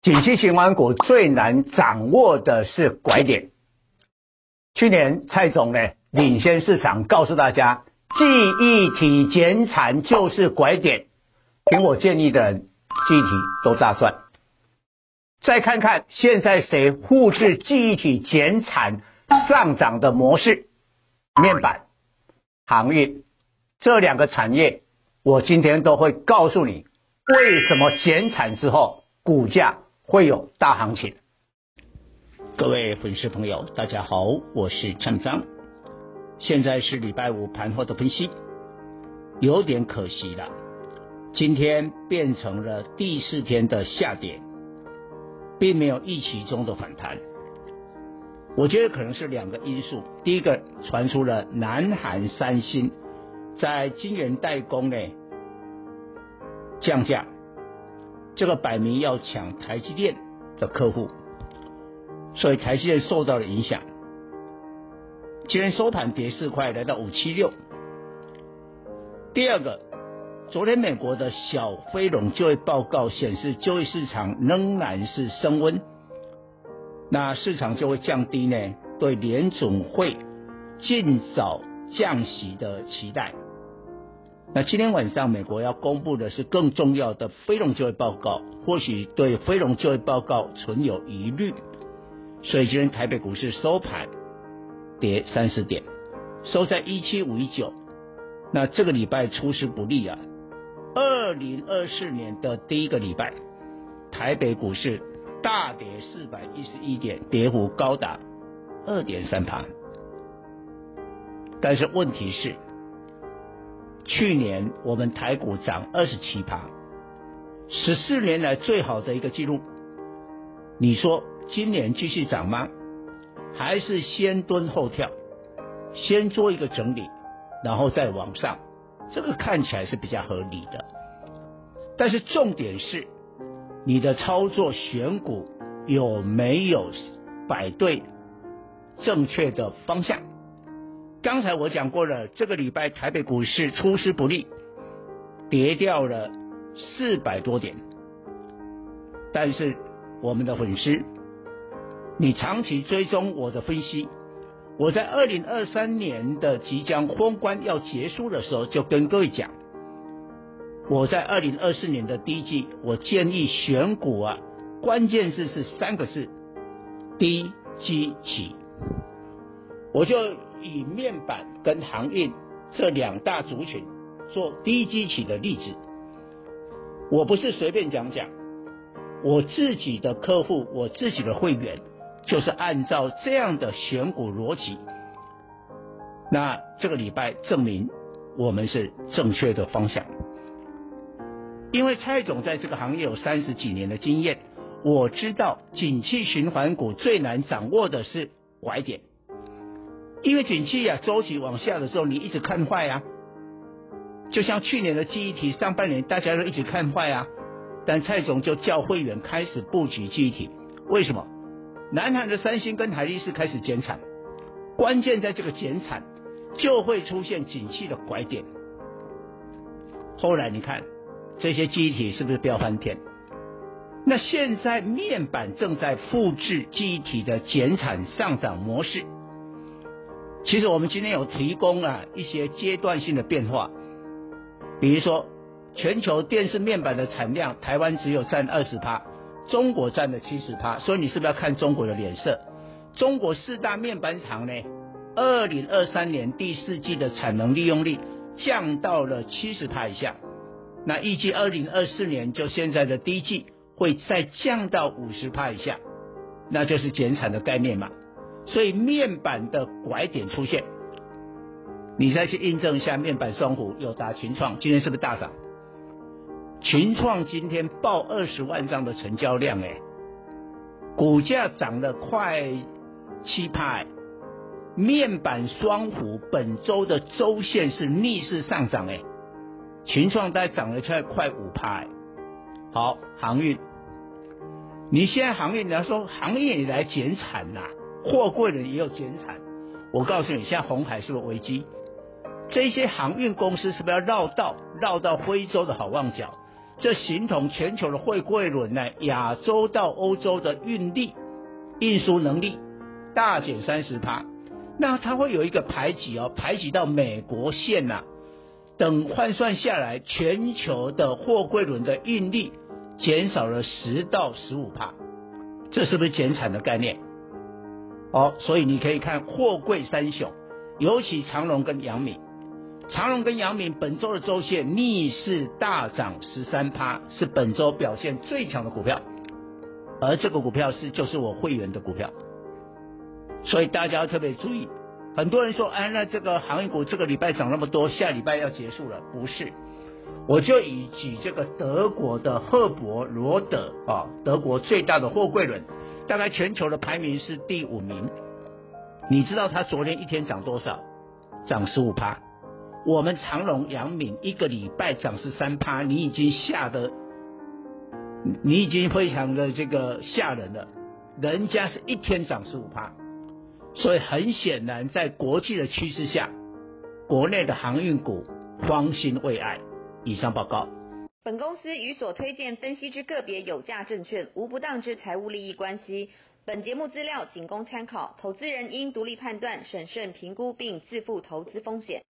景气循环股最难掌握的是拐点。去年蔡总呢领先市场告诉大家，记忆体减产就是拐点，听我建议的人记忆体都大赚。再看看现在谁复制记忆体减产上涨的模式，面板、航运这两个产业，我今天都会告诉你为什么减产之后股价会有大行情。 各位粉丝朋友大家好，我是陈章，现在是礼拜五盘后的分析。有点可惜了，今天变成了第4天的下跌，并没有预期中的反弹。我觉得可能是2个因素，第一个传出了南韩三星在晶圆代工呢降价，这个摆明要抢台积电的客户，所以台积电受到了影响。今天收盘跌4块，来到576。第二个，昨天美国的小非农就业报告显示，就业市场仍然是升温，那市场就会降低呢对联准会尽早降息的期待。那今天晚上美国要公布的是更重要的非农就业报告，或许对非农就业报告存有疑虑，所以今天台北股市收盘跌30点，收在17519。那这个礼拜出师不利啊，2024年的第一个礼拜，台北股市大跌411点，跌幅高达 2.3%。但是问题是，去年我们台股涨27%，14年来最好的一个记录。你说今年继续涨吗？还是先蹲后跳，先做一个整理，然后再往上？这个看起来是比较合理的。但是重点是，你的操作选股有没有摆对正确的方向？刚才我讲过了，这个礼拜台北股市出师不利，跌掉了400多点。但是我们的粉丝，你长期追踪我的分析，我在2023年的即将封关要结束的时候，就跟各位讲，我在2024年的第一季，我建议选股啊，关键字是3个字：低基期。我就以面板跟航运这2大族群做低基期的例子。我不是随便讲讲，我自己的客户，我自己的会员，就是按照这样的选股逻辑。那这个礼拜证明我们是正确的方向，因为蔡总在这个行业有30几年的经验，我知道景气循环股最难掌握的是拐点。因为景气啊周期往下的时候，你一直看坏啊，就像去年的记忆体上半年大家都一直看坏啊，但蔡总就叫会员开始布局记忆体。为什么？南韩的三星跟海力士开始减产，关键在这个减产就会出现景气的拐点。后来你看这些记忆体是不是飙翻天？那现在面板正在复制记忆体的减产上涨模式。其实我们今天有提供一些阶段性的变化，比如说全球电视面板的产量，台湾只有占20%，中国占了70%，所以你是不是要看中国的脸色？中国4大面板厂呢，2023年第4季的产能利用率降到了70%以下，那预计2024年就现在的第一季会再降到50%以下，那就是减产的概念嘛。所以面板的拐点出现，你再去印证一下面板双虎友达、群创今天是不是大涨？群创今天报20万张的成交量，股价涨了快7%，面板双虎本周的周线是逆势上涨，群创大概涨了快5%。好，航运，你现在航运，你要说航运也来减产啦，货柜的也有减产。我告诉你，现在鸿海是不是危机？这些航运公司是不是要绕道非洲的好望角？ 这形同全球的货柜轮呢，亚洲到欧洲的运输能力大减30%，那它会有一个排挤到美国线等换算下来，全球的货柜轮的运力减少了10到15%，这是不是减产的概念？所以你可以看货柜三雄，尤其长荣跟阳明。长荣跟阳明本周的周线逆势大涨13%，是本周表现最强的股票，而这个股票就是我会员的股票，所以大家要特别注意。很多人说，那这个航运股这个礼拜涨那么多，下礼拜要结束了，不是？我就举这个德国的赫伯罗德德国最大的货柜轮，大概全球的排名是第5名。你知道它昨天一天涨多少？涨15%。我们长荣、阳明一个礼拜涨13%，你已经非常的这个吓人了，人家是一天涨15%，所以很显然，在国际的趋势下，国内的航运股方兴未艾。以上报告。 本公司与所推荐分析之个别有价证券无不当之财务利益关系。本节目资料仅供参考，投资人应独立判断、审慎评估并自负投资风险。